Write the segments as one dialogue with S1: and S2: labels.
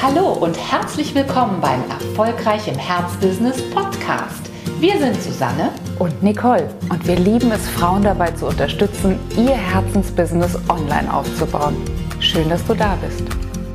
S1: Hallo und herzlich willkommen beim Erfolgreich im Herzbusiness Podcast. Wir sind Susanne
S2: und Nicole und wir lieben es, Frauen dabei zu unterstützen, ihr Herzensbusiness online aufzubauen. Schön, dass du da bist.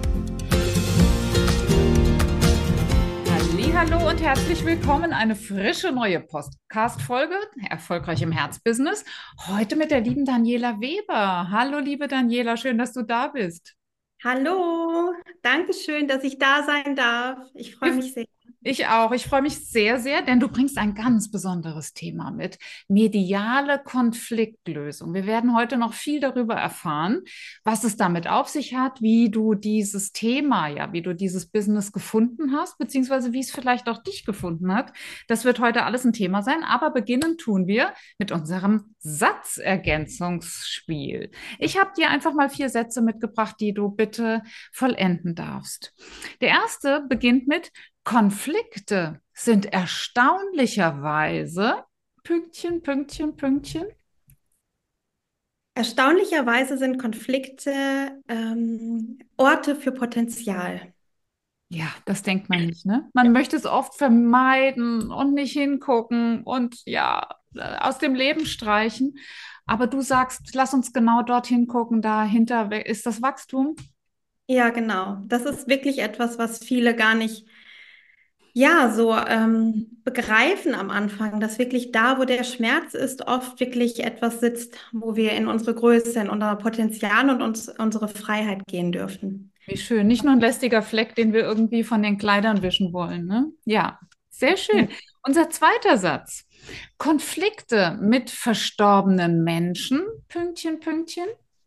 S3: Hallo und herzlich willkommen. Eine frische neue Podcast-Folge, Erfolgreich im Herzbusiness. Heute mit der lieben Daniela Weber. Hallo, liebe Daniela, schön, dass du da bist.
S4: Hallo, danke schön, dass ich da sein darf. Ich freue mich sehr.
S3: Ich auch. Ich freue mich sehr, sehr, denn du bringst ein ganz besonderes Thema mit. Mediale Konfliktlösung. Wir werden heute noch viel darüber erfahren, was es damit auf sich hat, wie du dieses Thema, wie du dieses Business gefunden hast, beziehungsweise wie es vielleicht auch dich gefunden hat. Das wird heute alles ein Thema sein, aber beginnen tun wir mit unserem Satzergänzungsspiel. Ich habe dir einfach mal 4 Sätze mitgebracht, die du bitte vollenden darfst. Der erste beginnt mit: Konflikte sind erstaunlicherweise Pünktchen, Pünktchen, Pünktchen.
S4: Erstaunlicherweise sind Konflikte Orte für Potenzial.
S3: Ja, das denkt man nicht, ne? Man möchte es oft vermeiden und nicht hingucken und aus dem Leben streichen. Aber du sagst, lass uns genau dorthin gucken, dahinter ist das Wachstum.
S4: Ja, genau. Das ist wirklich etwas, was viele gar nicht so begreifen am Anfang, dass wirklich da, wo der Schmerz ist, oft wirklich etwas sitzt, wo wir in unsere Größe, in unser Potenzial und unsere Freiheit gehen dürfen.
S3: Wie schön. Nicht nur ein lästiger Fleck, den wir irgendwie von den Kleidern wischen wollen, ne? Ja, sehr schön.
S4: Ja.
S3: Unser zweiter Satz. Konflikte mit verstorbenen Menschen, Pünktchen, Pünktchen.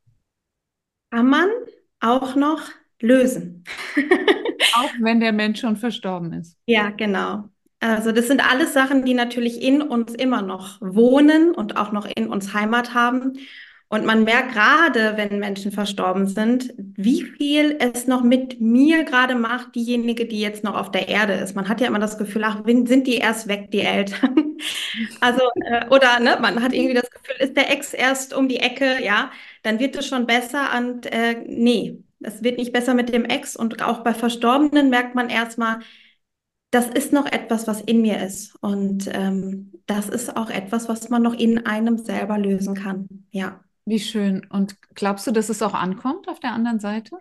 S4: Kann man auch noch lösen.
S3: Auch wenn der Mensch schon verstorben ist.
S4: Ja, genau. Also das sind alles Sachen, die natürlich in uns immer noch wohnen und auch noch in uns Heimat haben. Und man merkt gerade, wenn Menschen verstorben sind, wie viel es noch mit mir gerade macht, diejenige, die jetzt noch auf der Erde ist. Man hat ja immer das Gefühl, ach, sind die erst weg, die Eltern? Also, oder ne, man hat irgendwie das Gefühl, ist der Ex erst um die Ecke, ja, dann wird es schon besser. Und nee, es wird nicht besser mit dem Ex. Und auch bei Verstorbenen merkt man erstmal, das ist noch etwas, was in mir ist. Und das ist auch etwas, was man noch in einem selber lösen kann. Ja.
S3: Wie schön. Und glaubst du, dass es auch ankommt auf der anderen Seite?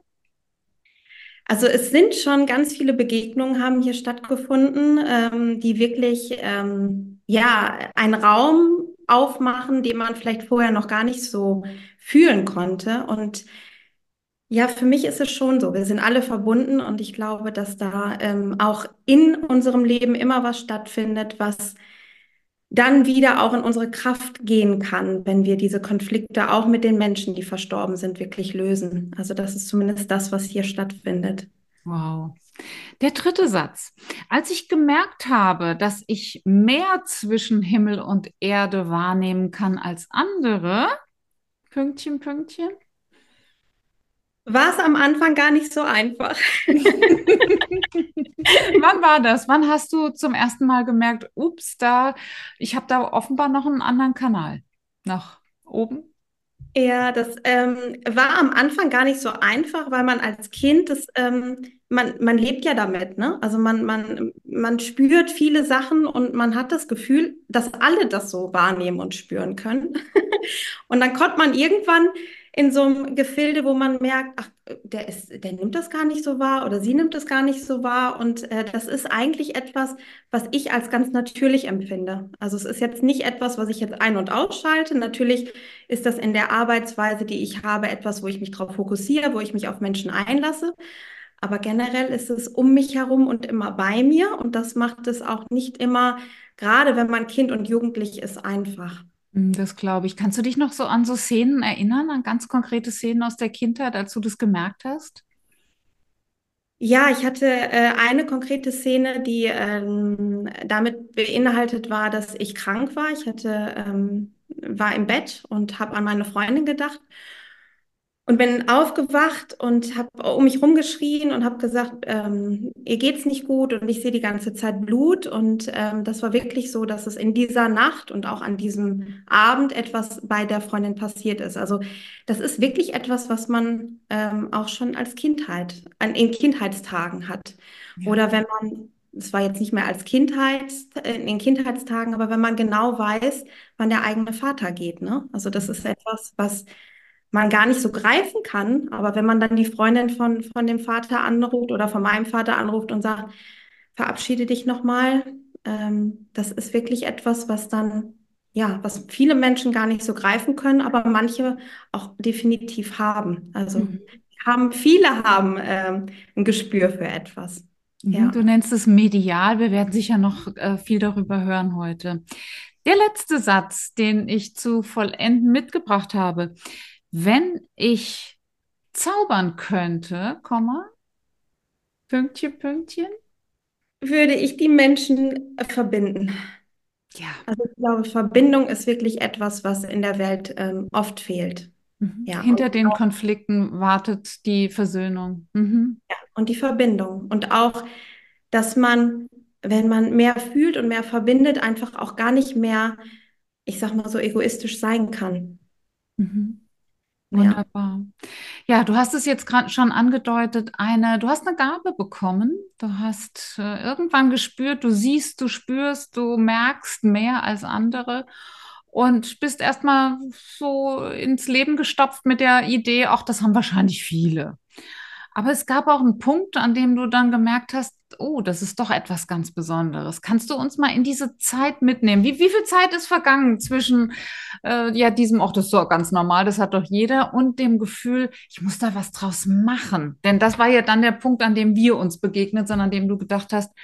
S4: Also es sind schon ganz viele Begegnungen haben hier stattgefunden, die wirklich einen Raum aufmachen, den man vielleicht vorher noch gar nicht so fühlen konnte. Und ja, für mich ist es schon so. Wir sind alle verbunden und ich glaube, dass da auch in unserem Leben immer was stattfindet, was dann wieder auch in unsere Kraft gehen kann, wenn wir diese Konflikte auch mit den Menschen, die verstorben sind, wirklich lösen. Also das ist zumindest das, was hier stattfindet.
S3: Wow. Der dritte Satz. Als ich gemerkt habe, dass ich mehr zwischen Himmel und Erde wahrnehmen kann als andere, Pünktchen, Pünktchen.
S4: War es am Anfang gar nicht so einfach.
S3: Wann war das? Wann hast du zum ersten Mal gemerkt, ups, ich habe da offenbar noch einen anderen Kanal nach oben?
S4: Ja, das war am Anfang gar nicht so einfach, weil man als Kind, man lebt ja damit, ne? Also man spürt viele Sachen und man hat das Gefühl, dass alle das so wahrnehmen und spüren können. Und dann kommt man irgendwann in so einem Gefilde, wo man merkt, ach, der nimmt das gar nicht so wahr oder sie nimmt das gar nicht so wahr. Und das ist eigentlich etwas, was ich als ganz natürlich empfinde. Also es ist jetzt nicht etwas, was ich jetzt ein- und ausschalte. Natürlich ist das in der Arbeitsweise, die ich habe, etwas, wo ich mich darauf fokussiere, wo ich mich auf Menschen einlasse. Aber generell ist es um mich herum und immer bei mir. Und das macht es auch nicht immer, gerade wenn man Kind und Jugendlich ist, einfach.
S3: Das glaube ich. Kannst du dich noch so an so Szenen erinnern, an ganz konkrete Szenen aus der Kindheit, als du das gemerkt hast?
S4: Ja, ich hatte eine konkrete Szene, die damit beinhaltet war, dass ich krank war. War im Bett und habe an meine Freundin gedacht. Und bin aufgewacht und habe um mich rumgeschrien und habe gesagt, ihr geht's nicht gut und ich sehe die ganze Zeit Blut. Und das war wirklich so, dass es in dieser Nacht und auch an diesem Abend etwas bei der Freundin passiert ist. Also das ist wirklich etwas, was man auch schon als Kindheit, in Kindheitstagen hat.
S3: Ja.
S4: Oder wenn man, es war jetzt nicht mehr als Kindheit, in den Kindheitstagen, aber wenn man genau weiß, wann der eigene Vater geht, ne? Also das ist etwas, was man gar nicht so greifen kann. Aber wenn man dann die Freundin von dem Vater anruft oder von meinem Vater anruft und sagt, verabschiede dich nochmal, das ist wirklich etwas, was dann, ja, was viele Menschen gar nicht so greifen können, aber manche auch definitiv haben. Also
S3: Mhm.
S4: viele haben ein Gespür für etwas.
S3: Mhm,
S4: Ja.
S3: du nennst es medial. Wir werden sicher noch viel darüber hören heute. Der letzte Satz, den ich zu vollenden mitgebracht habe. Wenn ich zaubern könnte, Komma, Pünktchen, Pünktchen.
S4: Würde ich die Menschen verbinden.
S3: Ja.
S4: Also ich glaube, Verbindung ist wirklich etwas, was in der Welt oft fehlt.
S3: Mhm.
S4: Ja,
S3: Hinter den Konflikten wartet die Versöhnung. Mhm.
S4: und die Verbindung. Und auch, dass man, wenn man mehr fühlt und mehr verbindet, einfach auch gar nicht mehr, ich sag mal so, egoistisch sein kann.
S3: Mhm.
S4: Ja.
S3: Wunderbar. Ja, du hast es jetzt gerade schon angedeutet, du hast eine Gabe bekommen. Du hast irgendwann gespürt, du siehst, du spürst, du merkst mehr als andere und bist erstmal so ins Leben gestopft mit der Idee, auch das haben wahrscheinlich viele. Aber es gab auch einen Punkt, an dem du dann gemerkt hast, oh, das ist doch etwas ganz Besonderes. Kannst du uns mal in diese Zeit mitnehmen? Wie viel Zeit ist vergangen zwischen ja, diesem, auch das ist doch ganz normal, das hat doch jeder, und dem Gefühl, ich muss da was draus machen. Denn das war ja dann der Punkt, an dem wir uns begegnet sind, an dem du gedacht hast,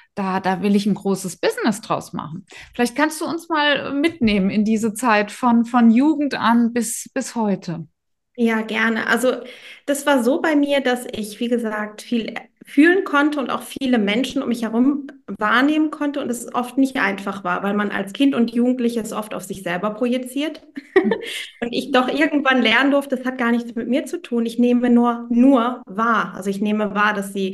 S3: da will ich ein großes Business draus machen. Vielleicht kannst du uns mal mitnehmen in diese Zeit von Jugend an bis heute.
S4: Ja, gerne. Also das war so bei mir, dass ich, wie gesagt, viel fühlen konnte und auch viele Menschen um mich herum wahrnehmen konnte und es oft nicht einfach war, weil man als Kind und Jugendliche es oft auf sich selber projiziert. Und ich doch irgendwann lernen durfte, das hat gar nichts mit mir zu tun. Ich nehme nur wahr. Also ich nehme wahr, dass sie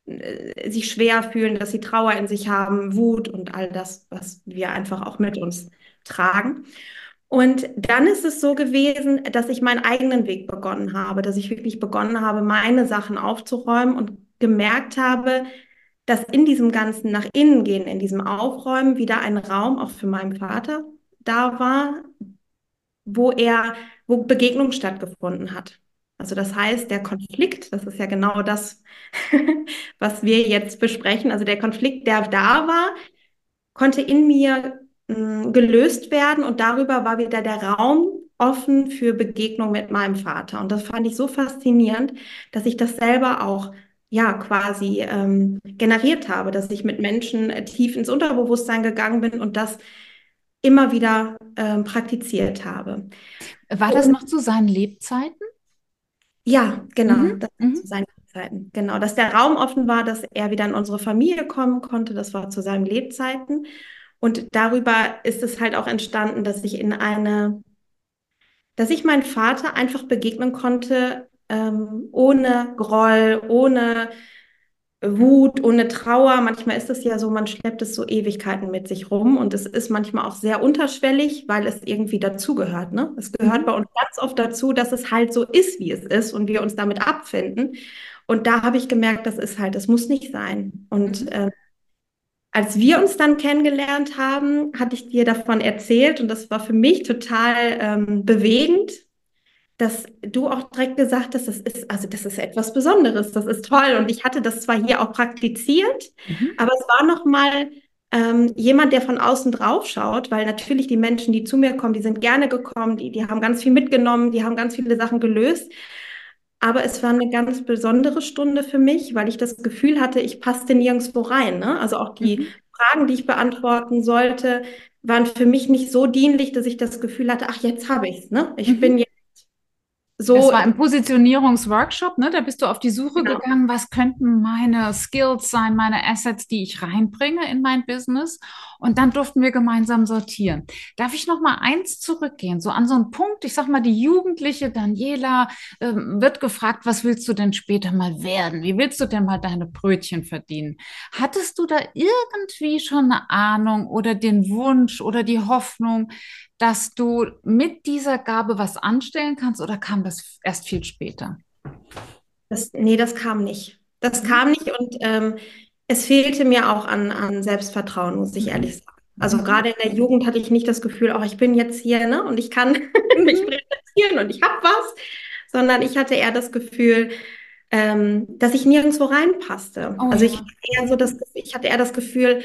S4: sich schwer fühlen, dass sie Trauer in sich haben, Wut und all das, was wir einfach auch mit uns tragen. Und dann ist es so gewesen, dass ich meinen eigenen Weg begonnen habe, dass ich wirklich begonnen habe, meine Sachen aufzuräumen und gemerkt habe, dass in diesem ganzen nach innen gehen, in diesem Aufräumen wieder ein Raum auch für meinen Vater da war, wo wo Begegnung stattgefunden hat. Also das heißt, der Konflikt, das ist ja genau das, was wir jetzt besprechen, also der Konflikt, der da war, konnte in mir gelöst werden und darüber war wieder der Raum offen für Begegnung mit meinem Vater. Und das fand ich so faszinierend, dass ich das selber auch ja quasi generiert habe, dass ich mit Menschen tief ins Unterbewusstsein gegangen bin und das immer wieder praktiziert habe.
S3: War das
S4: Und
S3: noch zu seinen Lebzeiten?
S4: ja, genau,
S3: Mhm.
S4: das war
S3: Mhm.
S4: zu seinen Lebzeiten. Genau, dass der Raum offen war, dass er wieder in unsere Familie kommen konnte, das war zu seinen Lebzeiten. Und darüber ist es halt auch entstanden, dass ich meinen Vater einfach begegnen konnte, ohne Groll, ohne Wut, ohne Trauer. Manchmal ist es ja so, man schleppt es so Ewigkeiten mit sich rum und es ist manchmal auch sehr unterschwellig, weil es irgendwie dazugehört, ne? Es gehört
S3: Mhm.
S4: bei uns ganz oft dazu, dass es halt so ist, wie es ist und wir uns damit abfinden. Und da habe ich gemerkt, das ist halt, das muss nicht sein. Und
S3: Mhm.
S4: als wir uns dann kennengelernt haben, hatte ich dir davon erzählt und das war für mich total bewegend, dass du auch direkt gesagt hast, also das ist etwas Besonderes, das ist toll. Und ich hatte das zwar hier auch praktiziert,
S3: Mhm.
S4: aber es war noch mal jemand, der von außen drauf schaut, weil natürlich die Menschen, die zu mir kommen, die sind gerne gekommen, die haben ganz viel mitgenommen, die haben ganz viele Sachen gelöst. Aber es war eine ganz besondere Stunde für mich, weil ich das Gefühl hatte, ich passte nirgendwo rein, ne? Also auch die
S3: Mhm.
S4: Fragen, die ich beantworten sollte, waren für mich nicht so dienlich, dass ich das Gefühl hatte, ach, jetzt habe ich es, ne? Ich bin
S3: Mhm.
S4: jetzt
S3: Das
S4: so,
S3: war im Positionierungsworkshop, ne? Da bist du auf die Suche
S4: genau.
S3: gegangen, was könnten meine Skills sein, meine Assets, die ich reinbringe in mein Business. Und dann durften wir gemeinsam sortieren. Darf ich noch mal eins zurückgehen, so an so einen Punkt? Ich sag mal, die jugendliche Daniela wird gefragt, was willst du denn später mal werden? Wie willst du denn mal deine Brötchen verdienen? Hattest du da irgendwie schon eine Ahnung oder den Wunsch oder die Hoffnung, dass du mit dieser Gabe was anstellen kannst oder kam das erst viel später?
S4: Nee, das kam nicht. Das
S3: Mhm.
S4: kam nicht und es fehlte mir auch an Selbstvertrauen, muss ich
S3: Mhm.
S4: ehrlich sagen. Also
S3: Mhm.
S4: gerade in der Jugend hatte ich nicht das Gefühl, oh, ich bin jetzt hier, ne, und ich kann mich
S3: Mhm.
S4: präsentieren und ich habe was, sondern ich hatte eher das Gefühl, dass ich nirgendwo reinpasste.
S3: Oh
S4: Also
S3: ja.
S4: ich hatte eher das Gefühl,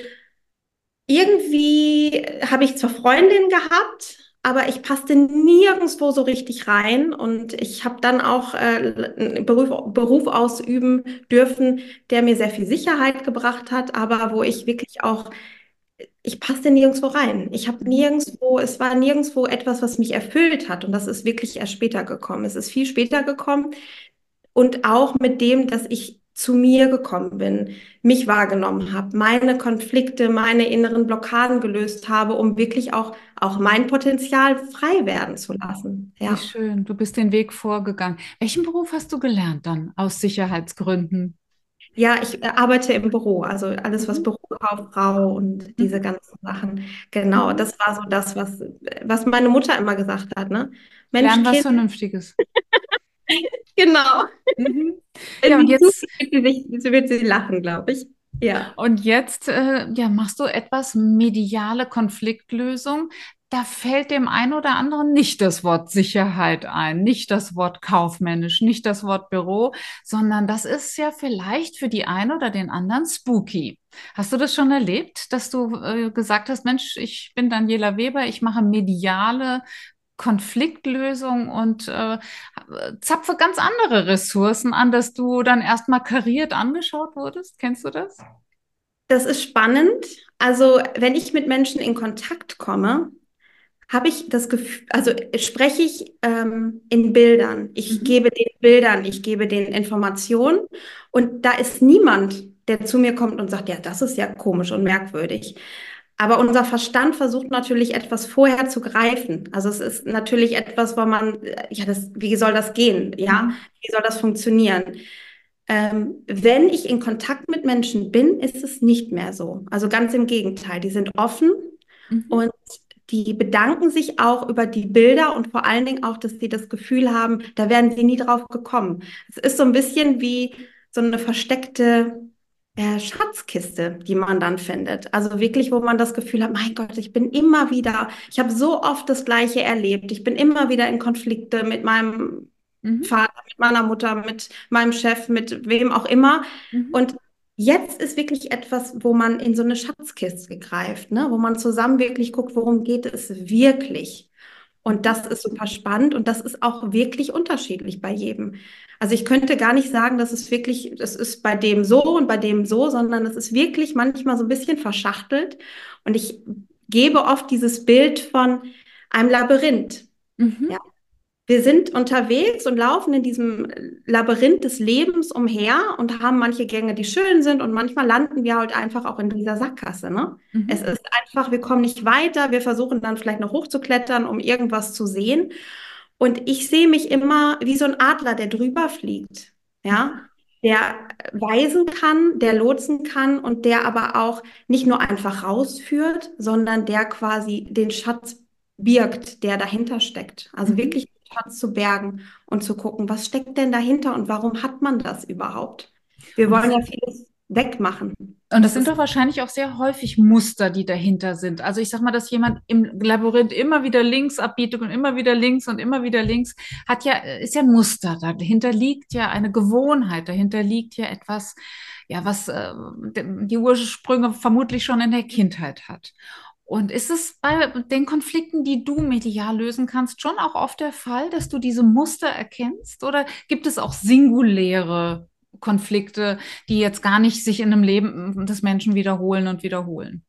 S4: irgendwie habe ich zwar Freundinnen gehabt, aber ich passte nirgendwo so richtig rein und ich habe dann auch einen Beruf ausüben dürfen, der mir sehr viel Sicherheit gebracht hat, aber wo ich wirklich auch, ich passte nirgendwo rein. Ich habe
S3: Mhm.
S4: nirgendwo, es war nirgendwo etwas, was mich erfüllt hat und das ist wirklich erst später gekommen. Es ist viel später gekommen. Und auch mit dem, dass ich zu mir gekommen bin, mich wahrgenommen habe, meine Konflikte, meine inneren Blockaden gelöst habe, um wirklich auch mein Potenzial frei werden zu lassen.
S3: Wie
S4: Ja.
S3: schön, du bist den Weg vorgegangen. Welchen Beruf hast du gelernt dann aus Sicherheitsgründen?
S4: Ja, ich arbeite im Büro, also alles, was
S3: Mhm.
S4: Bürokauffrau und diese
S3: Mhm.
S4: ganzen Sachen. Genau,
S3: Mhm.
S4: das war so das, was meine Mutter immer gesagt hat, ne? Mensch,
S3: Lernen was
S4: Kind,
S3: Vernünftiges.
S4: genau.
S3: Mhm.
S4: Wenn
S3: Ja, und
S4: sie
S3: jetzt
S4: zuhört, wird sie lachen, glaube ich. Ja.
S3: Ja, machst du etwas mediale Konfliktlösung. Da fällt dem einen oder anderen nicht das Wort Sicherheit ein, nicht das Wort kaufmännisch, nicht das Wort Büro, sondern das ist ja vielleicht für die einen oder den anderen spooky. Hast du das schon erlebt, dass du gesagt hast, Mensch, ich bin Daniela Weber, ich mache mediale Konfliktlösung und zapfe ganz andere Ressourcen an, dass du dann erstmal kariert angeschaut wurdest? Kennst du das?
S4: Das ist spannend. Also, wenn ich mit Menschen in Kontakt komme, habe ich das Gefühl, also spreche ich in Bildern. Ich
S3: Mhm.
S4: gebe den Bildern, ich gebe den Informationen und da ist niemand, der zu mir kommt und sagt, ja, das ist ja komisch und merkwürdig. Aber unser Verstand versucht natürlich etwas vorher zu greifen. Also es ist natürlich etwas, wo man, ja, wie soll das gehen? Ja,
S3: Mhm.
S4: wie soll das funktionieren? Wenn ich in Kontakt mit Menschen bin, ist es nicht mehr so. Also ganz im Gegenteil, die sind offen
S3: Mhm.
S4: und die bedanken sich auch über die Bilder und vor allen Dingen auch, dass sie das Gefühl haben, da wären sie nie drauf gekommen. Es ist so ein bisschen wie so eine versteckte Schatzkiste, die man dann findet. Also wirklich, wo man das Gefühl hat, mein Gott, ich habe so oft das Gleiche erlebt. Ich bin immer wieder in Konflikte mit meinem
S3: Mhm.
S4: Vater, mit meiner Mutter, mit meinem Chef, mit wem auch immer.
S3: Mhm.
S4: Und jetzt ist wirklich etwas, wo man in so eine Schatzkiste greift, ne? Wo man zusammen wirklich guckt, worum geht es wirklich. Und
S3: Mhm.
S4: das ist super spannend und das ist auch wirklich unterschiedlich bei jedem. Also ich könnte gar nicht sagen, das ist bei dem so und bei dem so, sondern es ist wirklich manchmal so ein bisschen verschachtelt. Und ich gebe oft dieses Bild von einem Labyrinth.
S3: Mhm.
S4: Ja, wir sind unterwegs und laufen in diesem Labyrinth des Lebens umher und haben manche Gänge, die schön sind und manchmal landen wir halt einfach auch in dieser Sackgasse, ne? Es
S3: Mhm.
S4: ist einfach, wir kommen nicht weiter, wir versuchen dann vielleicht noch hochzuklettern, um irgendwas zu sehen. Und ich sehe mich immer wie so ein Adler, der drüber fliegt, ja? Der weisen kann, der lotsen kann und der aber auch nicht nur einfach rausführt, sondern der quasi den Schatz birgt, der dahinter steckt. Also
S3: Mhm.
S4: wirklich Schatz zu bergen und zu gucken, was steckt denn dahinter und warum hat man das überhaupt? Wir
S3: Und
S4: wollen
S3: das,
S4: ja vieles wegmachen.
S3: und das
S4: Das
S3: sind
S4: ist
S3: doch wahrscheinlich auch sehr häufig Muster, die dahinter sind. Also ich sag mal, dass jemand im Labyrinth immer wieder links abbietet und immer wieder links und immer wieder links, ist ja ein Muster. Dahinter liegt ja eine Gewohnheit, dahinter liegt ja etwas, ja, was die Ursprünge vermutlich schon in der Kindheit hat. Und ist es bei den Konflikten, die du medial lösen kannst, schon auch oft der Fall, dass du diese Muster erkennst? Oder gibt es auch singuläre Konflikte, die jetzt gar nicht sich in einem Leben des Menschen wiederholen und wiederholen?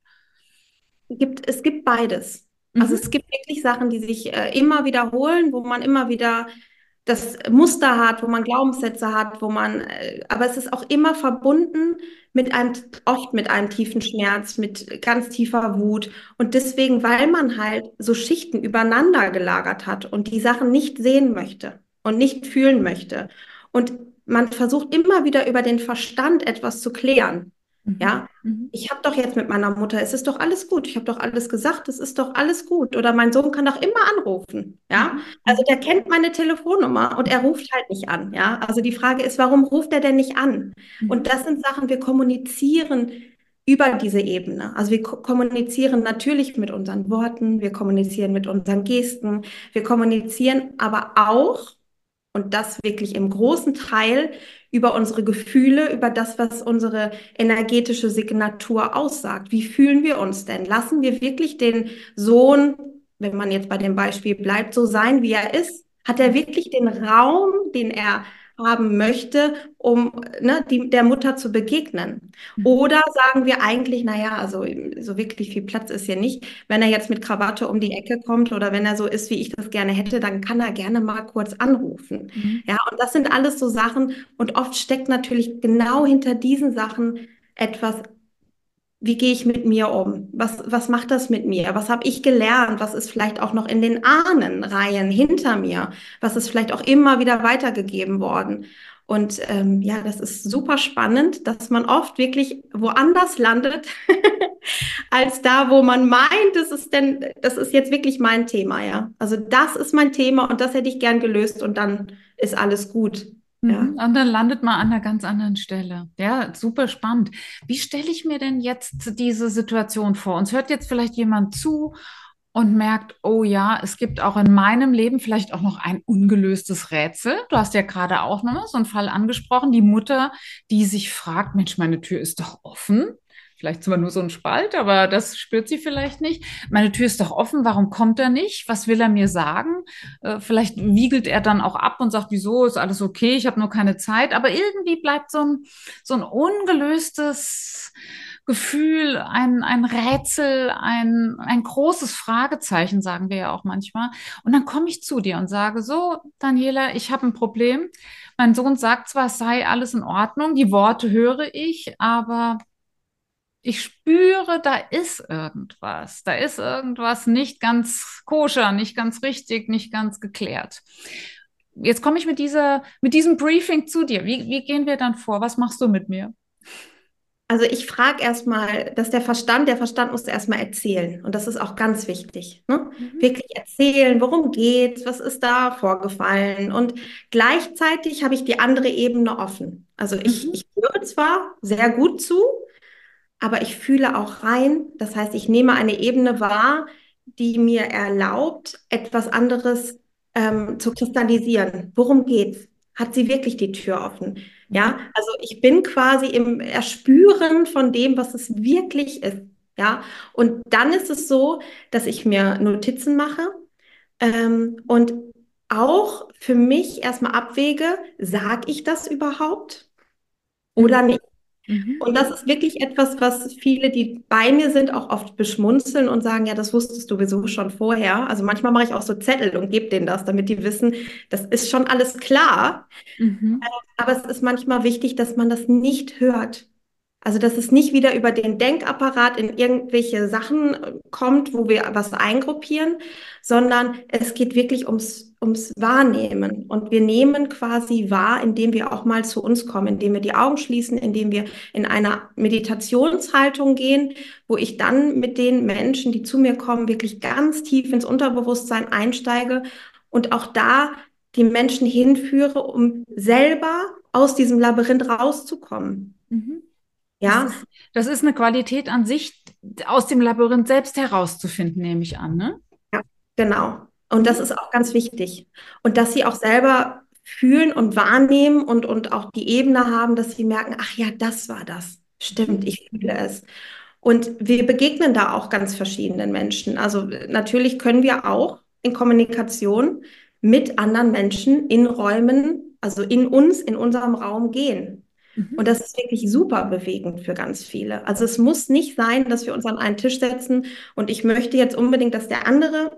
S4: es gibt beides. Also
S3: Mhm.
S4: es gibt wirklich Sachen, die sich immer wiederholen, wo man immer wieder das Muster hat, wo man Glaubenssätze hat, aber es ist auch immer verbunden oft mit einem tiefen Schmerz, mit ganz tiefer Wut. Und deswegen, weil man halt so Schichten übereinander gelagert hat und die Sachen nicht sehen möchte und nicht fühlen möchte. Und man versucht immer wieder über den Verstand etwas zu klären. Ja,
S3: Mhm.
S4: ich habe doch jetzt mit meiner Mutter, es ist doch alles gut, ich habe doch alles gesagt, es ist doch alles gut. Oder mein Sohn kann doch immer anrufen. Ja,
S3: Mhm.
S4: also
S3: Mhm.
S4: der kennt meine Telefonnummer und er ruft halt nicht an. Ja, also die Frage ist, warum ruft er denn nicht an? Und
S3: Mhm.
S4: das sind Sachen, wir kommunizieren über diese Ebene. Also wir kommunizieren natürlich mit unseren Worten, wir kommunizieren mit unseren Gesten, wir kommunizieren aber auch, und das wirklich im großen Teil, über unsere Gefühle, über das, was unsere energetische Signatur aussagt. Wie fühlen wir uns denn? Lassen wir wirklich den Sohn, wenn man jetzt bei dem Beispiel bleibt, so sein, wie er ist? Hat er wirklich den Raum, den er haben möchte, um der Mutter zu begegnen?
S3: Mhm.
S4: Oder sagen wir eigentlich, naja, also so wirklich viel Platz ist hier nicht. Wenn er jetzt mit Krawatte um die Ecke kommt oder wenn er so ist, wie ich das gerne hätte, dann kann er gerne mal kurz anrufen.
S3: Mhm.
S4: Ja, und das sind alles so Sachen. Und oft steckt natürlich genau hinter diesen Sachen etwas, wie gehe ich mit mir um? Was macht das mit mir? Was habe ich gelernt? Was ist vielleicht auch noch in den Ahnenreihen hinter mir? Was ist vielleicht auch immer wieder weitergegeben worden? Und ja, das ist super spannend, dass man oft wirklich woanders landet, als da, wo man meint, das ist jetzt wirklich mein Thema, ja. Also das ist mein Thema und das hätte ich gern gelöst und dann ist alles gut, ja.
S3: Mhm. Und dann landet man an einer ganz anderen Stelle. Ja, super spannend. Wie stelle ich mir denn jetzt diese Situation vor? Uns hört jetzt vielleicht jemand zu und merkt, oh ja, es gibt auch in meinem Leben vielleicht auch noch ein ungelöstes Rätsel. Du hast ja gerade auch noch mal so einen Fall angesprochen, die Mutter, die sich fragt, Mensch, meine Tür ist doch offen. Vielleicht zwar nur so ein Spalt, aber das spürt sie vielleicht nicht. Meine Tür ist doch offen, warum kommt er nicht? Was will er mir sagen? Vielleicht wiegelt er dann auch ab und sagt, wieso, ist alles okay, ich habe nur keine Zeit. Aber irgendwie bleibt so ein ungelöstes Gefühl, ein Rätsel, ein großes Fragezeichen, sagen wir ja auch manchmal. Und dann komme ich zu dir und sage, so, Daniela, ich habe ein Problem. Mein Sohn sagt zwar, es sei alles in Ordnung, die Worte höre ich, aber ich spüre, da ist irgendwas. Da ist irgendwas nicht ganz koscher, nicht ganz richtig, nicht ganz geklärt. Jetzt komme ich mit diesem Briefing zu dir. Wie gehen wir dann vor? Was machst du mit mir?
S4: Also ich frage erstmal, der Verstand muss erstmal erzählen. Und das ist auch ganz wichtig. Ne?
S3: Mhm.
S4: Wirklich erzählen, worum geht's, was ist da vorgefallen. Und gleichzeitig habe ich die andere Ebene offen. Also
S3: Mhm.
S4: ich höre zwar sehr gut zu, aber ich fühle auch rein. Das heißt, ich nehme eine Ebene wahr, die mir erlaubt, etwas anderes zu kristallisieren. Worum geht's? Hat sie wirklich die Tür offen?
S3: Mhm.
S4: Ja, also ich bin quasi im Erspüren von dem, was es wirklich ist. Ja, und dann ist es so, dass ich mir Notizen mache und auch für mich erstmal abwäge, sage ich das überhaupt
S3: Mhm.
S4: oder nicht?
S3: Mhm.
S4: Und das ist wirklich etwas, was viele, die bei mir sind, auch oft beschmunzeln und sagen, ja, das wusstest du sowieso schon vorher. Also manchmal mache ich auch so Zettel und gebe denen das, damit die wissen, das ist schon alles klar.
S3: Mhm.
S4: Aber es ist manchmal wichtig, dass man das nicht hört. Also, dass es nicht wieder über den Denkapparat in irgendwelche Sachen kommt, wo wir was eingruppieren, sondern es geht wirklich ums Wahrnehmen. Und wir nehmen quasi wahr, indem wir auch mal zu uns kommen, indem wir die Augen schließen, indem wir in einer Meditationshaltung gehen, wo ich dann mit den Menschen, die zu mir kommen, wirklich ganz tief ins Unterbewusstsein einsteige und auch da die Menschen hinführe, um selber aus diesem Labyrinth rauszukommen.
S3: Mhm. Das
S4: Ja,
S3: ist, das ist eine Qualität an sich, aus dem Labyrinth selbst herauszufinden, nehme ich an, ne?
S4: ja, genau. Und das
S3: Mhm.
S4: ist auch ganz wichtig. Und dass sie auch selber fühlen und wahrnehmen und auch die Ebene haben, dass sie merken, ach ja, das war das. Stimmt, ich fühle es. Und wir begegnen da auch ganz verschiedenen Menschen. Also natürlich können wir auch in Kommunikation mit anderen Menschen in Räumen, also in uns, in unserem Raum gehen. Und
S3: Mhm.
S4: das ist wirklich super bewegend für ganz viele. Also es muss nicht sein, dass wir uns an einen Tisch setzen und ich möchte jetzt unbedingt, dass der andere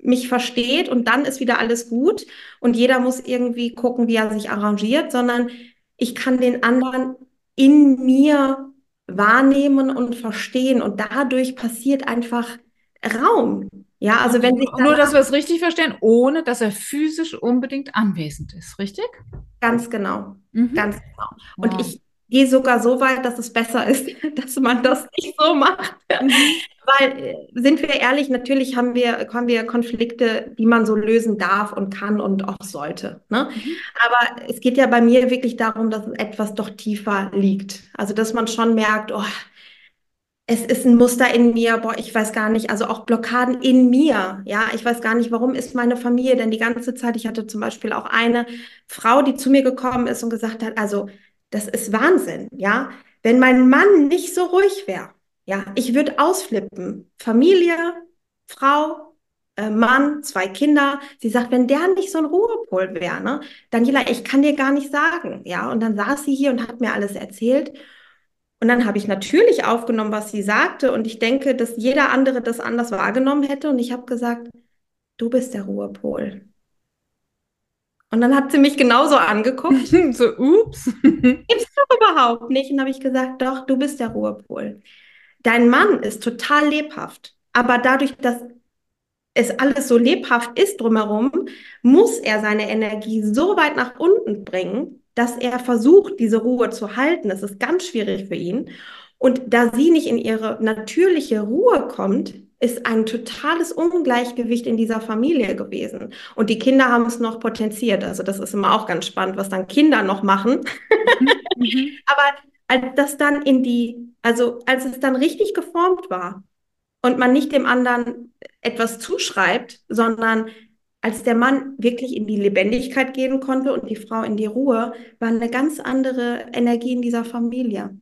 S4: mich versteht und dann ist wieder alles gut und jeder muss irgendwie gucken, wie er sich arrangiert, sondern ich kann den anderen in mir wahrnehmen und verstehen und dadurch passiert einfach Raum. Ja, also wenn sich
S3: Nur, dass
S4: danach
S3: wir es richtig verstehen, ohne dass er physisch unbedingt anwesend ist, richtig?
S4: ganz genau,
S3: Mhm.
S4: ganz genau. Und
S3: Wow.
S4: ich gehe sogar so weit, dass es besser ist, dass man das nicht so macht.
S3: Mhm.
S4: Weil, sind wir ehrlich, natürlich haben wir Konflikte, die man so lösen darf und kann und auch sollte, ne?
S3: Mhm.
S4: Aber es geht ja bei mir wirklich darum, dass etwas doch tiefer liegt. Also, dass man schon merkt, oh, es ist ein Muster in mir, boah, ich weiß gar nicht, also auch Blockaden in mir, ja, ich weiß gar nicht, warum ist meine Familie denn die ganze Zeit, ich hatte zum Beispiel auch eine Frau, die zu mir gekommen ist und gesagt hat, also das ist Wahnsinn, ja, wenn mein Mann nicht so ruhig wäre, ja, ich würde ausflippen, Familie, Frau, Mann, 2 Kinder, sie sagt, wenn der nicht so ein Ruhepol wäre, ne, Daniela, ich kann dir gar nicht sagen, ja, und dann saß sie hier und hat mir alles erzählt. Und dann habe ich natürlich aufgenommen, was sie sagte. Und ich denke, dass jeder andere das anders wahrgenommen hätte. Und ich habe gesagt, du bist der Ruhepol. Und dann hat sie mich genauso angeguckt.
S3: So, ups.
S4: Gibt's doch überhaupt nicht. Und habe ich gesagt, doch, du bist der Ruhepol. Dein Mann ist total lebhaft. Aber dadurch, dass es alles so lebhaft ist drumherum, muss er seine Energie so weit nach unten bringen, dass er versucht, diese Ruhe zu halten. Das ist ganz schwierig für ihn. Und da sie nicht in ihre natürliche Ruhe kommt, ist ein totales Ungleichgewicht in dieser Familie gewesen. Und die Kinder haben es noch potenziert. Also das ist immer auch ganz spannend, was dann Kinder noch machen.
S3: Mhm.
S4: Aber als das dann also als es dann richtig geformt war, und man nicht dem anderen etwas zuschreibt, sondern als der Mann wirklich in die Lebendigkeit gehen konnte und die Frau in die Ruhe, war eine ganz andere Energie in dieser Familie,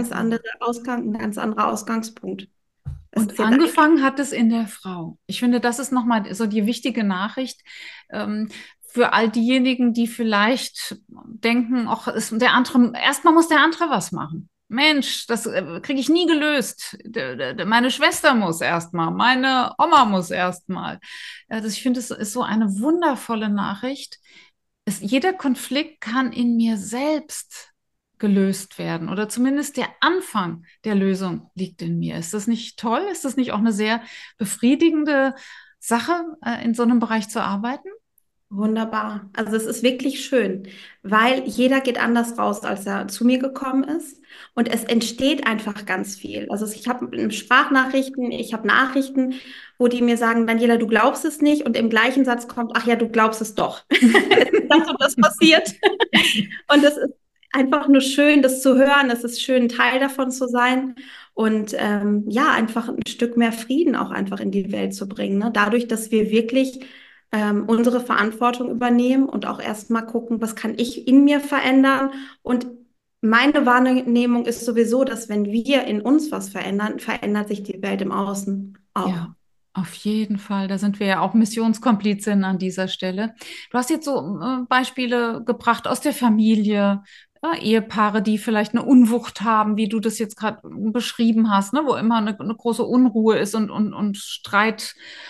S4: ein ganz anderer Ausgangspunkt. Es ist
S3: Und
S4: jetzt
S3: angefangen hat es in der Frau. Ich finde, das ist nochmal so die wichtige Nachricht ähm, für all diejenigen, die vielleicht denken, ach, ist der andere, erstmal muss der andere was machen. Mensch, das kriege ich nie gelöst. Meine Schwester muss erstmal, meine Oma muss erstmal. Ich finde, es ist so eine wundervolle Nachricht. Jeder Konflikt kann in mir selbst gelöst werden oder zumindest der Anfang der Lösung liegt in mir. Ist das nicht toll? Ist das nicht auch eine sehr befriedigende Sache, in so einem Bereich zu arbeiten?
S4: wunderbar. Also es ist wirklich schön, weil jeder geht anders raus, als er zu mir gekommen ist. Und es entsteht einfach ganz viel. Also ich habe Sprachnachrichten, ich habe Nachrichten, wo die mir sagen, Daniela, du glaubst es nicht. Und im gleichen Satz kommt, ach ja, du glaubst es doch. Es ist das und das passiert. Und es ist einfach nur schön, das zu hören. Es ist schön, ein Teil davon zu sein. Und ja, einfach ein Stück mehr Frieden auch einfach in die Welt zu bringen. Ne? Dadurch, dass wir wirklich unsere Verantwortung übernehmen und auch erstmal gucken, was kann ich in mir verändern. Und meine Wahrnehmung ist sowieso, dass wenn wir in uns was verändern, verändert sich die Welt im Außen auch.
S3: Ja, auf jeden Fall. Da sind wir ja auch Missionskomplizinnen an dieser Stelle. Du hast jetzt so Beispiele gebracht aus der Familie, Ehepaare, die vielleicht eine Unwucht haben, wie du das jetzt gerade beschrieben hast, ne, wo immer eine große Unruhe ist und Streit,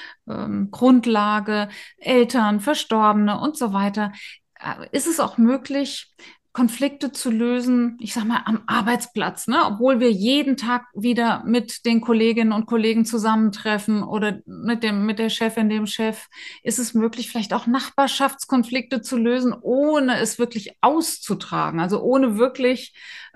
S3: Grundlage, Eltern, Verstorbene und so weiter. Ist es auch möglich, Konflikte zu lösen, ich sag mal, am Arbeitsplatz, ne? Obwohl wir jeden Tag wieder mit den Kolleginnen und Kollegen zusammentreffen oder mit der Chefin, dem Chef, ist es möglich, vielleicht auch Nachbarschaftskonflikte zu lösen, ohne es wirklich auszutragen, also ohne wirklich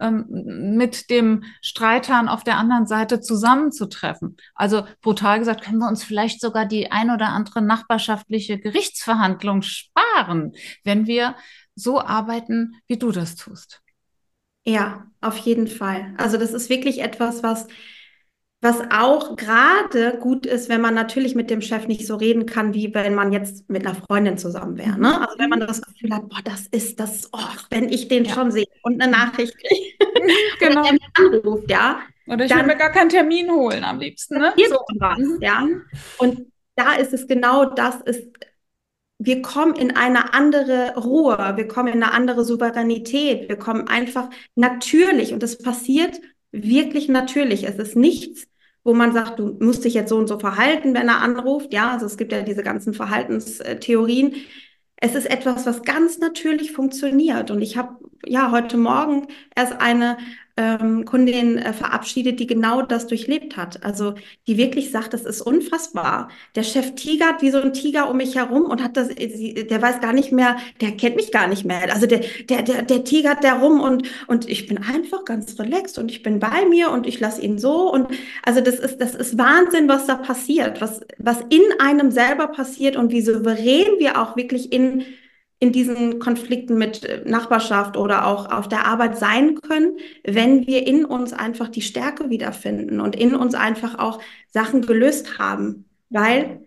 S3: mit dem Streithahn auf der anderen Seite zusammenzutreffen. Also brutal gesagt, können wir uns vielleicht sogar die ein oder andere nachbarschaftliche Gerichtsverhandlung sparen, wenn wir so arbeiten, wie du das tust.
S4: Ja, auf jeden Fall. Also das ist wirklich etwas, was auch gerade gut ist, wenn man natürlich mit dem Chef nicht so reden kann, wie wenn man jetzt mit einer Freundin zusammen wäre.
S3: Mhm.
S4: Ne? Also wenn man das Gefühl hat, boah, das ist das, oh, wenn ich den
S3: Ja.
S4: schon sehe und eine Nachricht kriege oder
S3: Genau.
S4: der mich anruft, ja,
S3: Oder ich will
S4: dann
S3: mir gar keinen Termin holen am liebsten, ne?
S4: passiert
S3: So.
S4: schon was,
S3: Mhm.
S4: ja. Und da ist es genau das, wir kommen in eine andere Ruhe, wir kommen in eine andere Souveränität, wir kommen einfach natürlich und es passiert wirklich natürlich. Es ist nichts, wo man sagt, du musst dich jetzt so und so verhalten, wenn er anruft. Ja, also es gibt ja diese ganzen Verhaltenstheorien. Es ist etwas, was ganz natürlich funktioniert. Und ich habe ja heute Morgen erst eine Kundin verabschiedet, die genau das durchlebt hat. Also die wirklich sagt, das ist unfassbar. Der Chef tigert wie so ein Tiger um mich herum und hat der weiß gar nicht mehr, der kennt mich gar nicht mehr. Also der tigert da rum und ich bin einfach ganz relaxed und ich bin bei mir und ich lasse ihn so. Und also das ist Wahnsinn, was da passiert, was in einem selber passiert und wie souverän wir auch wirklich in diesen Konflikten mit Nachbarschaft oder auch auf der Arbeit sein können, wenn wir in uns einfach die Stärke wiederfinden und in uns einfach auch Sachen gelöst haben. Weil,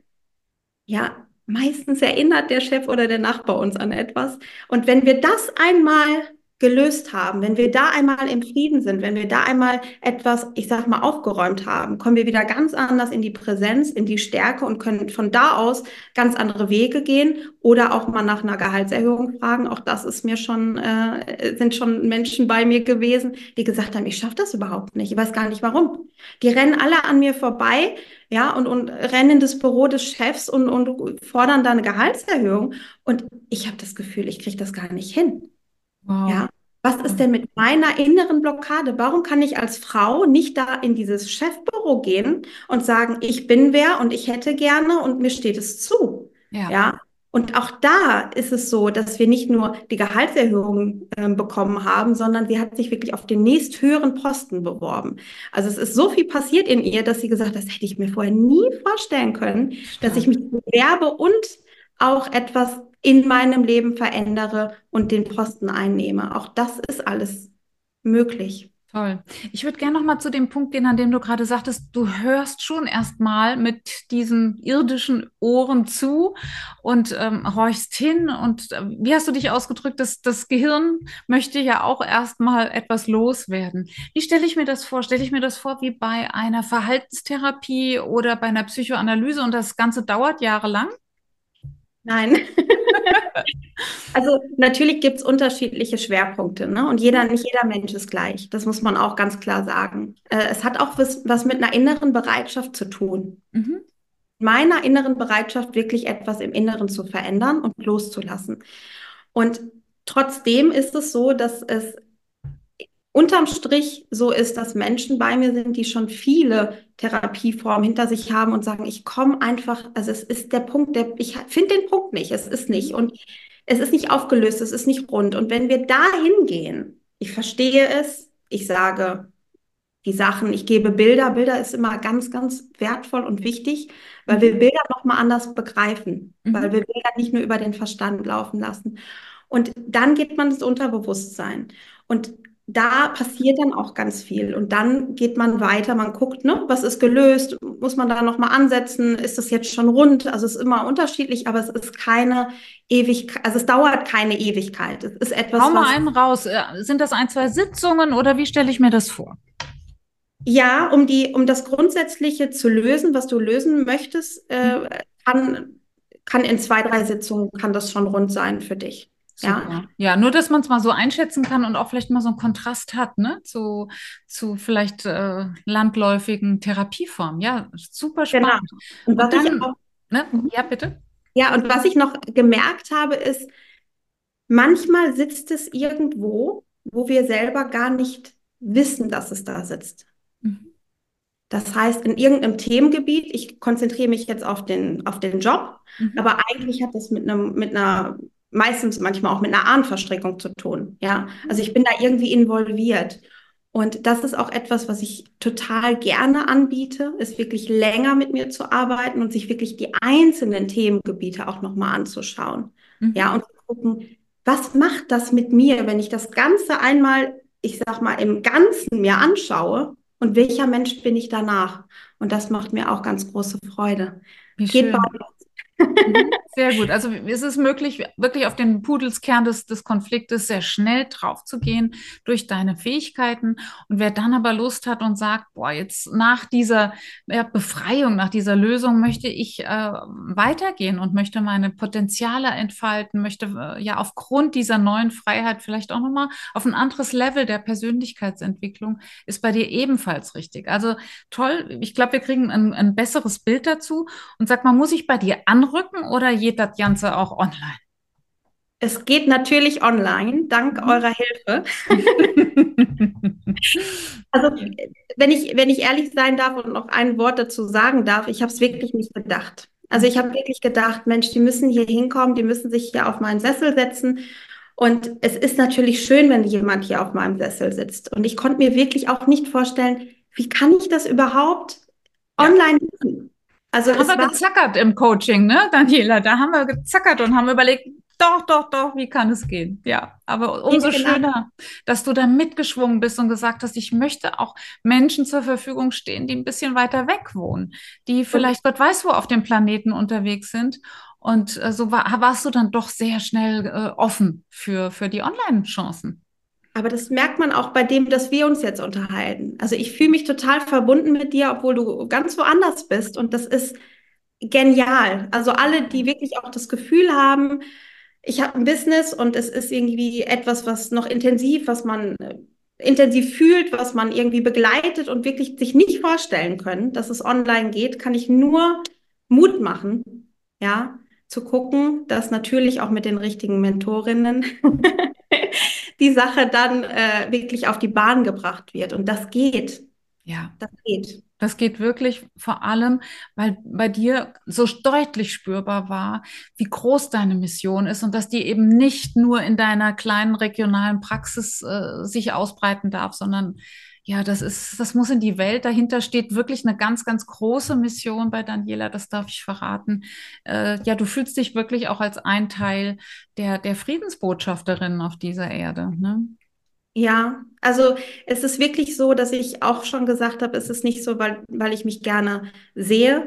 S4: ja, meistens erinnert der Chef oder der Nachbar uns an etwas. Und wenn wir das einmal gelöst haben, wenn wir da einmal im Frieden sind, wenn wir da einmal etwas, ich sag mal, aufgeräumt haben, kommen wir wieder ganz anders in die Präsenz, in die Stärke und können von da aus ganz andere Wege gehen oder auch mal nach einer Gehaltserhöhung fragen. Auch das ist mir sind schon Menschen bei mir gewesen, die gesagt haben, ich schaffe das überhaupt nicht. Ich weiß gar nicht warum. Die rennen alle an mir vorbei, ja, und rennen in das Büro des Chefs und fordern da eine Gehaltserhöhung. Und ich habe das Gefühl, ich kriege das gar nicht hin.
S3: Wow.
S4: Ja, was ist denn mit meiner inneren Blockade? Warum kann ich als Frau nicht da in dieses Chefbüro gehen und sagen, ich bin wer und ich hätte gerne und mir steht es zu?
S3: Ja.
S4: Ja, und auch da ist es so, dass wir nicht nur die Gehaltserhöhung bekommen haben, sondern sie hat sich wirklich auf den nächsthöheren Posten beworben. Also es ist so viel passiert in ihr, dass sie gesagt hat, das hätte ich mir vorher nie vorstellen können, dass ich mich bewerbe und auch etwas in meinem Leben verändere und den Posten einnehme. Auch das ist alles möglich.
S3: Toll. Ich würde gerne noch mal zu dem Punkt gehen, an dem du gerade sagtest, du hörst schon erstmal mit diesen irdischen Ohren zu und horchst hin. Und wie hast du dich ausgedrückt, das Gehirn möchte ja auch erstmal etwas loswerden. Wie stelle ich mir das vor? Stelle ich mir das vor wie bei einer Verhaltenstherapie oder bei einer Psychoanalyse und das Ganze dauert jahrelang?
S4: Nein. Also natürlich gibt es unterschiedliche Schwerpunkte, ne? Und nicht jeder Mensch ist gleich. Das muss man auch ganz klar sagen. Es hat auch was mit einer inneren Bereitschaft zu tun.
S3: Mhm.
S4: Meiner inneren Bereitschaft, wirklich etwas im Inneren zu verändern und loszulassen. Und trotzdem ist es so, dass es unterm Strich so ist, dass Menschen bei mir sind, die schon viele Therapieformen hinter sich haben und sagen, ich komme einfach, also es ist der Punkt, ich finde den Punkt nicht, es ist nicht und es ist nicht aufgelöst, es ist nicht rund. Und wenn wir da hingehen, ich verstehe es, ich sage die Sachen, ich gebe Bilder, Bilder ist immer ganz, ganz wertvoll und wichtig, weil wir Bilder nochmal anders begreifen, weil wir Bilder nicht nur über den Verstand laufen lassen. Und dann geht man ins Unterbewusstsein. Und da passiert dann auch ganz viel. Und dann geht man weiter, man guckt, ne, was ist gelöst? Muss man da nochmal ansetzen? Ist das jetzt schon rund? Also es ist immer unterschiedlich, aber es ist keine Ewigkeit, also es dauert keine Ewigkeit. Es ist etwas,
S3: Hau mal einen raus. Sind das ein, zwei Sitzungen oder wie stelle ich mir das vor?
S4: ja, um das Grundsätzliche zu lösen, was du lösen möchtest, kann in 2, 3 Sitzungen kann das schon rund sein für dich. Ja.
S3: Super. Ja, nur, dass man es mal so einschätzen kann und auch vielleicht mal so einen Kontrast hat, ne, zu vielleicht landläufigen Therapieformen. Ja, super
S4: Genau.
S3: spannend.
S4: Und was ich
S3: dann,
S4: auch,
S3: ne, ja, bitte.
S4: ja, und was ich noch gemerkt habe, ist, manchmal sitzt es irgendwo, wo wir selber gar nicht wissen, dass es da sitzt.
S3: Mhm.
S4: Das heißt, in irgendeinem Themengebiet, ich konzentriere mich jetzt auf den Job,
S3: Mhm.
S4: aber eigentlich hat das meistens manchmal auch mit einer Ahnenverstrickung zu tun. Ja, also ich bin da irgendwie involviert. Und das ist auch etwas, was ich total gerne anbiete, ist wirklich länger mit mir zu arbeiten und sich wirklich die einzelnen Themengebiete auch nochmal anzuschauen.
S3: Mhm.
S4: Ja, und zu gucken, was macht das mit mir, wenn ich das Ganze einmal, ich sag mal, im Ganzen mir anschaue und welcher Mensch bin ich danach? Und das macht mir auch ganz große Freude.
S3: Wie
S4: Geht
S3: schön.
S4: bei
S3: Mhm. Sehr gut. Also es ist möglich, wirklich auf den Pudelskern des Konfliktes sehr schnell drauf zu gehen durch deine Fähigkeiten. Und wer dann aber Lust hat und sagt, boah, jetzt nach dieser Befreiung, nach dieser Lösung möchte ich weitergehen und möchte meine Potenziale entfalten, möchte ja aufgrund dieser neuen Freiheit vielleicht auch nochmal auf ein anderes Level der Persönlichkeitsentwicklung, ist bei dir ebenfalls richtig. Also toll. Ich glaube, wir kriegen ein besseres Bild dazu. Und sag mal, muss ich bei dir anrücken oder geht das Ganze auch online?
S4: Es geht natürlich online, dank
S3: Mhm.
S4: eurer Hilfe. Also, wenn ich ehrlich sein darf und noch ein Wort dazu sagen darf, ich habe es wirklich nicht gedacht. Also ich habe wirklich gedacht, Mensch, die müssen hier hinkommen, die müssen sich hier auf meinen Sessel setzen. Und es ist natürlich schön, wenn jemand hier auf meinem Sessel sitzt. Und ich konnte mir wirklich auch nicht vorstellen, wie kann ich das überhaupt
S3: Ja,
S4: online machen? Also
S3: da haben
S4: es
S3: wir
S4: war,
S3: gezackert im Coaching, ne, Daniela? Da haben wir gezackert und haben überlegt, doch, doch, doch, wie kann es gehen? Ja, aber
S4: ja,
S3: umso
S4: genau.
S3: schöner, dass du da mitgeschwungen bist und gesagt hast, ich möchte auch Menschen zur Verfügung stehen, die ein bisschen weiter weg wohnen, die
S4: Und
S3: vielleicht Gott weiß wo auf dem Planeten unterwegs sind. Und so warst du dann doch sehr schnell offen für die Online-Chancen.
S4: Aber das merkt man auch bei dem, dass wir uns jetzt unterhalten. Also ich fühle mich total verbunden mit dir, obwohl du ganz woanders bist. Und das ist genial. Also alle, die wirklich auch das Gefühl haben, ich habe ein Business und es ist irgendwie etwas, was noch intensiv, was man intensiv fühlt, was man irgendwie begleitet und wirklich sich nicht vorstellen können, dass es online geht, kann ich nur Mut machen, ja, zu gucken, dass natürlich auch mit den richtigen Mentorinnen die Sache dann wirklich auf die Bahn gebracht wird. Und das geht.
S3: Ja.
S4: Das geht.
S3: Das geht wirklich vor allem, weil bei dir so deutlich spürbar war, wie groß deine Mission ist und dass die eben nicht nur in deiner kleinen regionalen Praxis sich ausbreiten darf, sondern ja, das muss in die Welt. Dahinter steht wirklich eine ganz, ganz große Mission bei Daniela, das darf ich verraten. Ja, du fühlst dich wirklich auch als ein Teil der Friedensbotschafterinnen auf dieser Erde, ne?
S4: Ja, also es ist wirklich so, dass ich auch schon gesagt habe, es ist nicht so, weil ich mich gerne sehe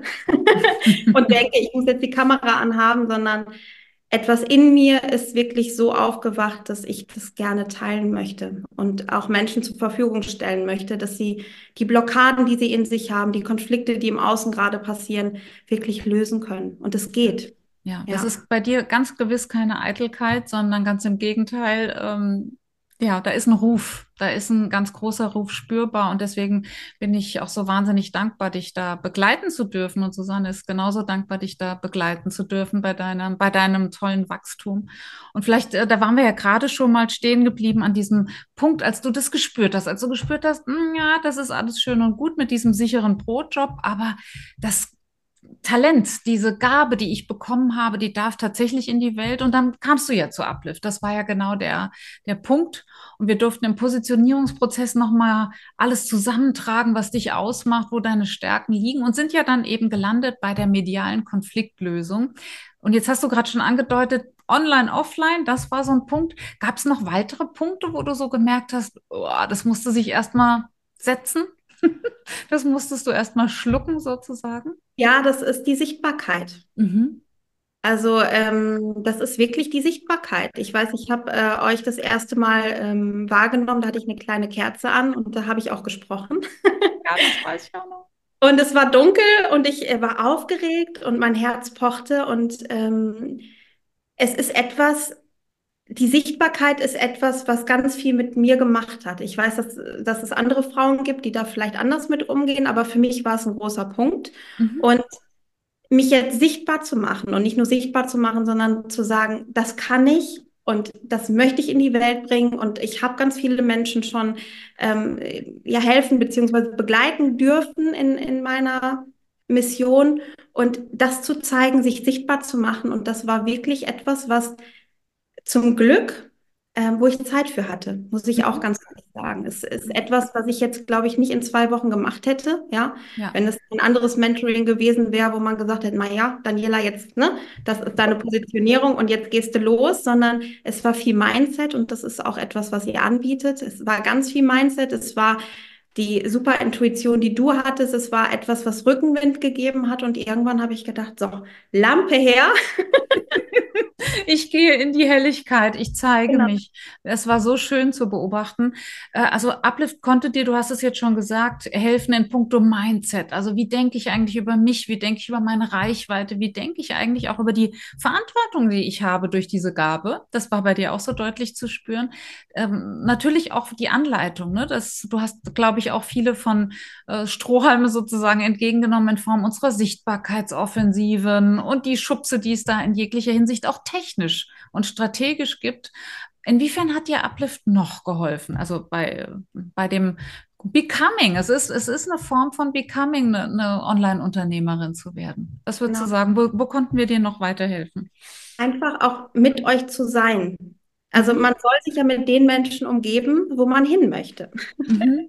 S4: und denke, ich muss jetzt die Kamera anhaben, sondern etwas in mir ist wirklich so aufgewacht, dass ich das gerne teilen möchte und auch Menschen zur Verfügung stellen möchte, dass sie die Blockaden, die sie in sich haben, die Konflikte, die im Außen gerade passieren, wirklich lösen können. Und es geht.
S3: Ja, das
S4: Ja.
S3: ist bei dir ganz gewiss keine Eitelkeit, sondern ganz im Gegenteil. Ja, da ist ein Ruf, da ist ein ganz großer Ruf spürbar und deswegen bin ich auch so wahnsinnig dankbar, dich da begleiten zu dürfen und Susanne ist genauso dankbar, dich da begleiten zu dürfen bei deinem tollen Wachstum. Und vielleicht, da waren wir ja gerade schon mal stehen geblieben an diesem Punkt, als du das gespürt hast, als du gespürt hast, ja, das ist alles schön und gut mit diesem sicheren Brotjob, aber das Talent, diese Gabe, die ich bekommen habe, die darf tatsächlich in die Welt. Und dann kamst du ja zu Uplift. Das war ja genau der Punkt. Und wir durften im Positionierungsprozess nochmal alles zusammentragen, was dich ausmacht, wo deine Stärken liegen und sind ja dann eben gelandet bei der medialen Konfliktlösung. Und jetzt hast du gerade schon angedeutet, online, offline, das war so ein Punkt. Gab es noch weitere Punkte, wo du so gemerkt hast, oh, das musste sich erstmal setzen? Das musstest du erstmal schlucken sozusagen?
S4: Ja, das ist die Sichtbarkeit.
S3: Mhm.
S4: Also das ist wirklich die Sichtbarkeit. Ich weiß, ich habe euch das erste Mal wahrgenommen, da hatte ich eine kleine Kerze an und da habe ich auch gesprochen.
S3: Ja, das weiß ich auch noch.
S4: Und es war dunkel und ich war aufgeregt und mein Herz pochte und es ist etwas, die Sichtbarkeit ist etwas, was ganz viel mit mir gemacht hat. Ich weiß, dass es andere Frauen gibt, die da vielleicht anders mit umgehen, aber für mich war es ein großer Punkt.
S3: Mhm.
S4: Und mich jetzt sichtbar zu machen und nicht nur sichtbar zu machen, sondern zu sagen, das kann ich und das möchte ich in die Welt bringen und ich habe ganz viele Menschen schon ja helfen beziehungsweise begleiten dürfen in meiner Mission und das zu zeigen, sich sichtbar zu machen und das war wirklich etwas, was zum Glück, wo ich Zeit für hatte, muss ich auch
S3: Mhm.
S4: ganz ehrlich sagen. Es ist etwas, was ich jetzt, glaube ich, nicht in 2 Wochen gemacht hätte. Ja,
S3: Ja,
S4: wenn es ein anderes Mentoring gewesen wäre, wo man gesagt hätte, na ja, Daniela, jetzt, ne, das ist deine Positionierung und jetzt gehst du los, sondern es war viel Mindset und das ist auch etwas, was ihr anbietet. Es war ganz viel Mindset. Es war die super Intuition, die du hattest, es war etwas, was Rückenwind gegeben hat. Und irgendwann habe ich gedacht, so, Lampe her.
S3: Ich gehe in die Helligkeit, ich zeige
S4: Genau.
S3: mich. Es war so schön zu beobachten. Also Uplift konnte dir, du hast es jetzt schon gesagt, helfen in puncto Mindset. Also wie denke ich eigentlich über mich? Wie denke ich über meine Reichweite? Wie denke ich eigentlich auch über die Verantwortung, die ich habe durch diese Gabe? Das war bei dir auch so deutlich zu spüren. Natürlich auch die Anleitung, ne? Du hast, glaube ich, auch viele von Strohhalme sozusagen entgegengenommen in Form unserer Sichtbarkeitsoffensiven und die Schubse, die es da in jeglicher Hinsicht auch technisch und strategisch gibt. Inwiefern hat dir Uplift noch geholfen? Also bei dem Becoming, es ist eine Form von Becoming, eine Online-Unternehmerin zu werden. Was würdest du
S4: Genau.
S3: sagen? Wo konnten wir dir noch weiterhelfen?
S4: Einfach auch mit euch zu sein. Also
S3: Mhm.
S4: man soll sich ja mit den Menschen umgeben, wo man hin möchte.
S3: Mhm.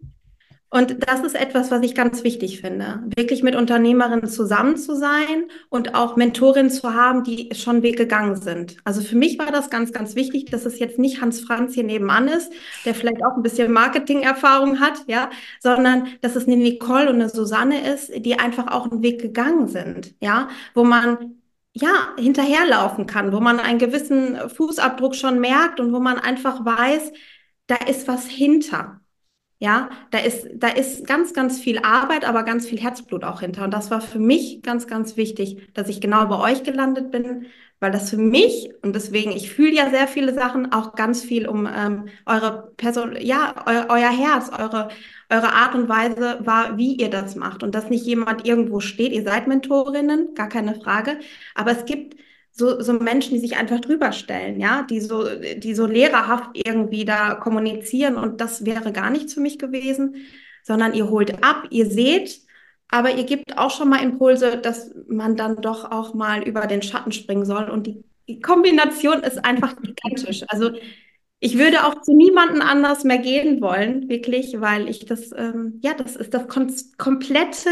S4: Und das ist etwas, was ich ganz wichtig finde, wirklich mit Unternehmerinnen zusammen zu sein und auch Mentorinnen zu haben, die schon Weg gegangen sind. Also für mich war das ganz, ganz wichtig, dass es jetzt nicht Hans Franz hier nebenan ist, der vielleicht auch ein bisschen Marketing-Erfahrung hat, ja, sondern dass es eine Nicole und eine Susanne ist, die einfach auch einen Weg gegangen sind, ja, wo man ja hinterherlaufen kann, wo man einen gewissen Fußabdruck schon merkt und wo man einfach weiß, da ist was hinter. Ja, da ist ganz, ganz viel Arbeit, aber ganz viel Herzblut auch hinter. Und das war für mich ganz, ganz wichtig, dass ich genau bei euch gelandet bin, weil das für mich, und deswegen, ich fühle ja sehr viele Sachen, auch ganz viel um eure Person, ja, euer Herz, eure Art und Weise war, wie ihr das macht. Und dass nicht jemand irgendwo steht, ihr seid Mentorinnen, gar keine Frage. Aber es gibt so Menschen, die sich einfach drüber stellen, ja, die so lehrerhaft irgendwie da kommunizieren und das wäre gar nichts für mich gewesen, sondern ihr holt ab, ihr seht, aber ihr gebt auch schon mal Impulse, dass man dann doch auch mal über den Schatten springen soll und die Kombination ist einfach gigantisch. Also ich würde auch zu niemanden anders mehr gehen wollen, wirklich, weil ich das, ja, das ist das komplette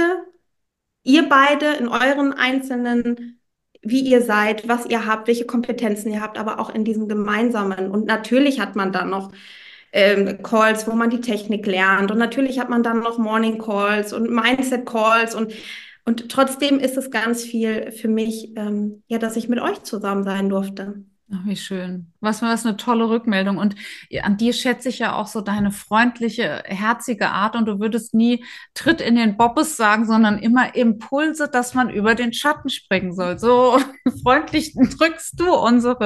S4: ihr beide in euren einzelnen, wie ihr seid, was ihr habt, welche Kompetenzen ihr habt, aber auch in diesem gemeinsamen. Und natürlich hat man dann noch Calls, wo man die Technik lernt. Und natürlich hat man dann noch Morning Calls und Mindset Calls. Und trotzdem ist es ganz viel für mich, ja, dass ich mit euch zusammen sein durfte.
S3: Ach, wie schön. Was eine tolle Rückmeldung. Und an dir schätze ich ja auch so deine freundliche, herzige Art. Und du würdest nie Tritt in den Bobbes sagen, sondern immer Impulse, dass man über den Schatten springen soll. So freundlich drückst du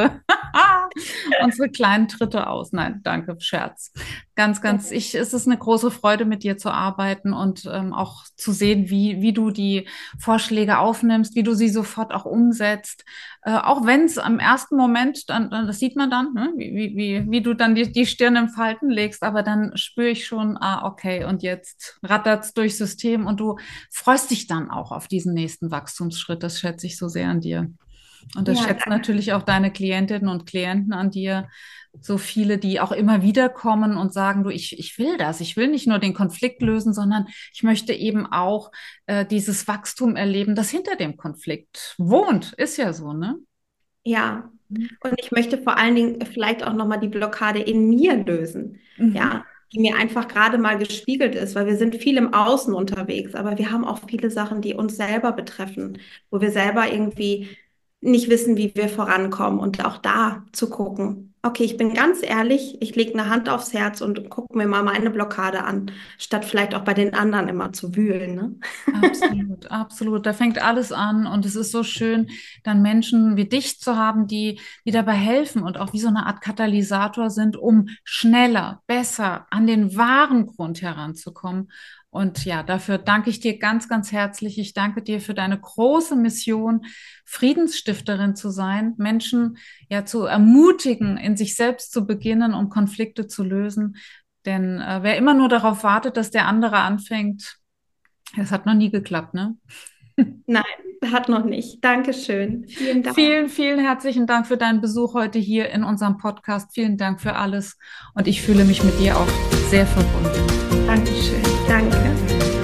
S3: unsere kleinen Tritte aus. Nein, danke, Scherz. Es ist eine große Freude, mit dir zu arbeiten und auch zu sehen, wie du die Vorschläge aufnimmst, wie du sie sofort auch umsetzt. Auch wenn es am ersten Moment, das sieht man dann, ne? Wie du dann die Stirn im Falten legst, aber dann spüre ich schon, okay, und jetzt rattert's durchs System und du freust dich dann auch auf diesen nächsten Wachstumsschritt. Das schätze ich so sehr an dir. Und das
S4: Ja,
S3: schätzen natürlich auch deine Klientinnen und Klienten an dir. So viele, die auch immer wieder kommen und sagen, du, ich will das. Ich will nicht nur den Konflikt lösen, sondern ich möchte eben auch dieses Wachstum erleben, das hinter dem Konflikt wohnt. Ist ja so, ne?
S4: ja. Und ich möchte vor allen Dingen vielleicht auch nochmal die Blockade in mir lösen.
S3: Mhm.
S4: Ja, die mir einfach gerade mal gespiegelt ist, weil wir sind viel im Außen unterwegs, aber wir haben auch viele Sachen, die uns selber betreffen, wo wir selber irgendwie nicht wissen, wie wir vorankommen und auch da zu gucken. Okay, ich bin ganz ehrlich, ich lege eine Hand aufs Herz und gucke mir mal meine Blockade an, statt vielleicht auch bei den anderen immer zu wühlen, ne?
S3: Absolut, absolut. Da fängt alles an und es ist so schön, dann Menschen wie dich zu haben, die dabei helfen und auch wie so eine Art Katalysator sind, um schneller, besser an den wahren Grund heranzukommen. Und ja, dafür danke ich dir ganz, ganz herzlich. Ich danke dir für deine große Mission, Friedensstifterin zu sein, Menschen ja zu ermutigen, in sich selbst zu beginnen, um Konflikte zu lösen. Denn wer immer nur darauf wartet, dass der andere anfängt, das hat noch nie geklappt, ne?
S4: Nein, hat noch nicht. Dankeschön. Vielen Dank.
S3: Vielen, vielen herzlichen Dank für deinen Besuch heute hier in unserem Podcast. Vielen Dank für alles. Und ich fühle mich mit dir auch sehr verbunden.
S4: Dankeschön. Danke.